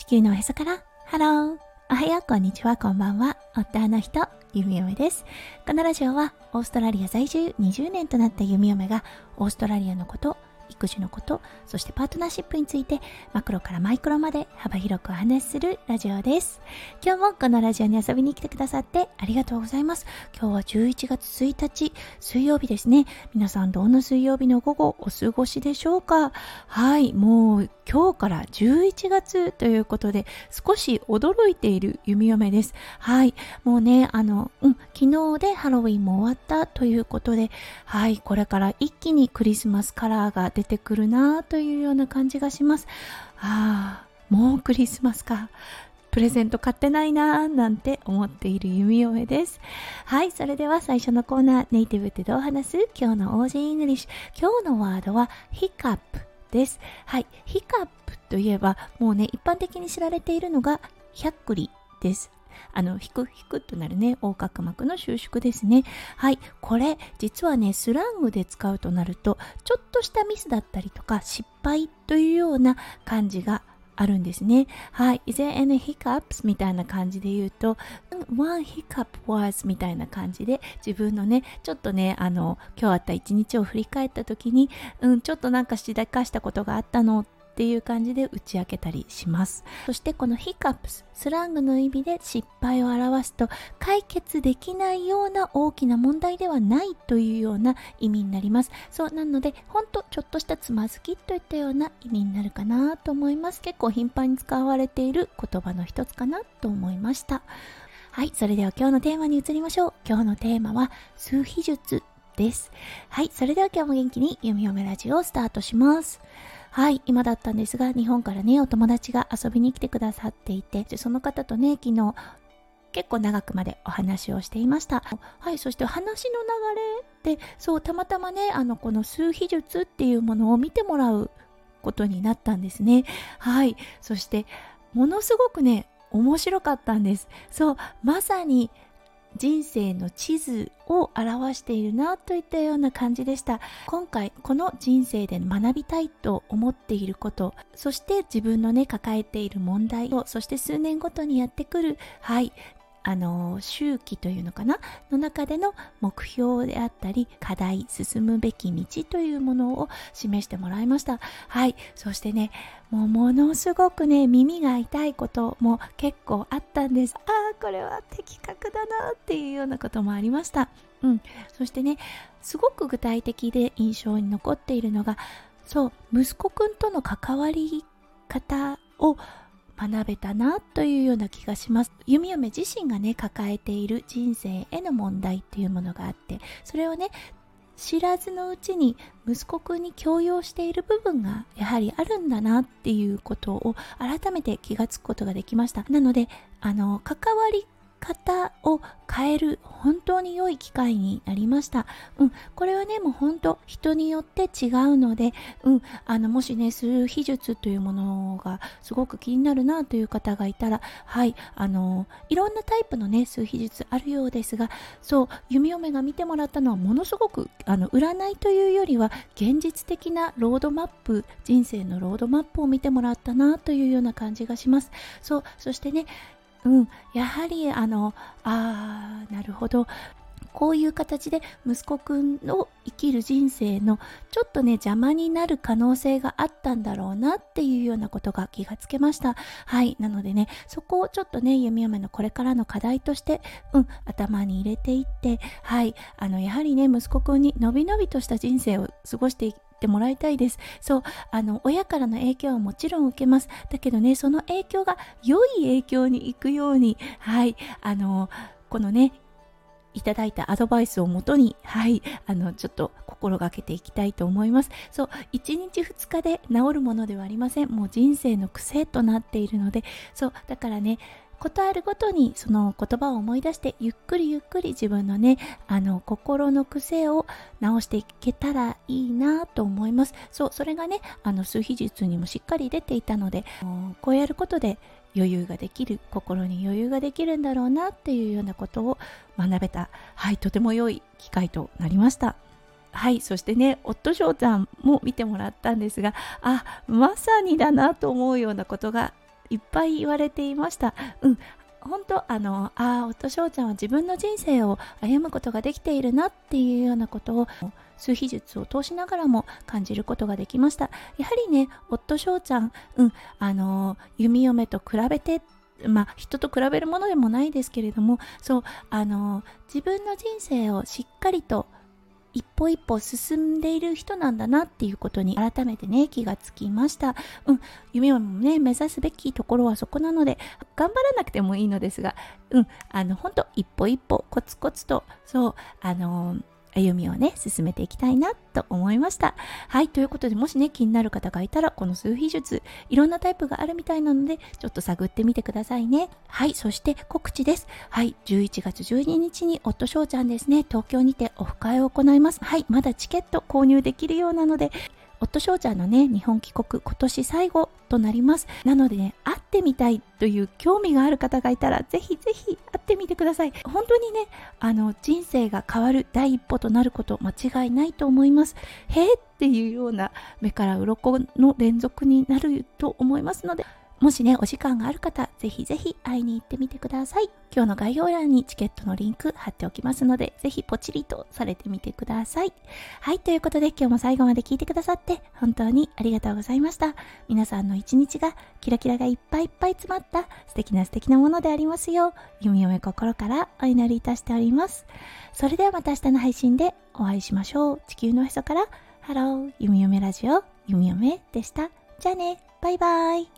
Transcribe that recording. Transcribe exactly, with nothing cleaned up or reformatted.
球のへそからハロー、おはよう、こんにちは、こんばんは。夫の人、弓嫁です。このラジオはオーストラリア在住にじゅうねんとなった弓嫁がオーストラリアのこと、育児のこと、そしてパートナーシップについてマクロからマイクロまで幅広くお話しするラジオです。今日もこのラジオに遊びに来てくださってありがとうございます。今日はじゅういちがつついたち水曜日ですね。皆さんどんな水曜日の午後お過ごしでしょうか。はい、もう今日からじゅういちがつということで少し驚いている弓嫁です。はい、もうねあの、うん、昨日でハロウィンも終わったということで、はい、これから一気にクリスマスカラーが出てくるなというような感じがします。ああ、もうクリスマスか。プレゼント買ってないなーなんて思っている弓嫁です。はい、それでは最初のコーナー、ネイティブってどう話す？今日の オージー イングリッシュ。今日のワードはヒカップです。はい、ヒカップといえばもうね一般的に知られているのがひゃっくりです。あのひくひくとなるね横隔膜の収縮ですね。はい、これ実はねスラングで使うとなるとちょっとしたミスだったりとか失敗というような感じがあるんですね。はい、Is there any hiccups? みたいな感じで言うと One hiccup was みたいな感じで自分のねちょっとねあの今日あった一日を振り返った時にうんちょっとなんかしでかしたことがあったのっていう感じで打ち明けたりします。そしてこのヒカップス、スラングの意味で失敗を表すと解決できないような大きな問題ではないというような意味になります。そうなのでほんとちょっとしたつまずきといったような意味になるかなと思います。結構頻繁に使われている言葉の一つかなと思いました。はい、それでは今日のテーマに移りましょう。今日のテーマは数秘術です。はい、それでは今日も元気に弓嫁ラジオをスタートします。はい、今だったんですが日本からねお友達が遊びに来てくださっていて、その方とね昨日結構長くまでお話をしていました。はい、そして話の流れでそうたまたまねあのこの数秘術っていうものを見てもらうことになったんですね。はい、そしてものすごくね面白かったんです。そうまさに人生の地図を表しているなといったような感じでした。今回この人生で学びたいと思っていること、そして自分のね抱えている問題を、そして数年ごとにやってくるはいあの周期というのかなの中での目標であったり課題、進むべき道というものを示してもらいました。はい、そしてねもうものすごくね耳が痛いことも結構あったんです。ああこれは的確だなっていうようなこともありました。うん、そしてねすごく具体的で印象に残っているのがそう息子くんとの関わり方を学べたなというような気がします。弓嫁自身がね抱えている人生への問題っていうものがあって、それをね知らずのうちに息子くんに強要している部分がやはりあるんだなっていうことを改めて気がつくことができました。なのであの関わり方を変える本当に良い機会になりました。うん、これはねもう本当人によって違うので、うん、あのもしね数秘術というものがすごく気になるなという方がいたら、はいあのいろんなタイプのね数秘術あるようですが、そう弓嫁が見てもらったのはものすごくあの占いというよりは現実的なロードマップ、人生のロードマップを見てもらったなというような感じがします。そうそしてねうん、やはりあのあーなるほどこういう形で息子くんの生きる人生のちょっとね邪魔になる可能性があったんだろうなっていうようなことが気がつけました。はいなのでねそこをちょっとね弓嫁のこれからの課題としてうん頭に入れていってはいあのやはりね息子くんにのびのびとした人生を過ごしていってもらいたいです。そうあの親からの影響はもちろん受けます。だけどねその影響が良い影響に行くようにはいあのこのねいただいたアドバイスをもとにはいあのちょっと心がけていきたいと思います。そういちにちふつかで治るものではありません。もう人生の癖となっているので、そうだからねことあるごとにその言葉を思い出してゆっくりゆっくり自分のねあの心の癖を直していけたらいいなと思います。そうそれがねあの数秘術にもしっかり出ていたので、こうやることで余裕ができる、心に余裕ができるんだろうなっていうようなことを学べた、はいとても良い機会となりました。はい、そしてね夫翔ちゃんも見てもらったんですが、あまさにだなと思うようなことがいっぱい言われていました。うん本当あのあ夫翔ちゃんは自分の人生を歩むことができているなっていうようなことを数秘術を通しながらも感じることができました。やはりね夫翔ちゃん、うん、あの弓嫁と比べてまあ人と比べるものでもないですけれども、そうあの自分の人生をしっかりと一歩一歩進んでいる人なんだなっていうことに改めてね気がつきました。うん夢をね目指すべきところはそこなので頑張らなくてもいいのですが、うんあの本当一歩一歩コツコツとそうあのー歩みをね進めていきたいなと思いました。はいということで、もしね気になる方がいたらこの数秘術いろんなタイプがあるみたいなのでちょっと探ってみてくださいね。はいそして告知です。はいじゅういちがつじゅうににちに夫翔ちゃんですね東京にてオフ会を行います。はいまだチケット購入できるようなので夫翔ちゃんのね日本帰国今年最後となります。なのでね会ってみたいという興味がある方がいたらぜひぜひ会ってみてください。本当にねあの人生が変わる第一歩となること間違いないと思います。へーっていうような目から鱗の連続になると思いますので、もしねお時間がある方ぜひぜひ会いに行ってみてください。今日の概要欄にチケットのリンク貼っておきますのでぜひポチリとされてみてください。はいということで今日も最後まで聞いてくださって本当にありがとうございました。皆さんの一日がキラキラがいっぱいいっぱい詰まった素敵な素敵なものでありますよう弓嫁心からお祈りいたしております。それではまた明日の配信でお会いしましょう。地球のへそからハロー弓嫁ラジオ弓嫁でした。じゃあねバイバイ。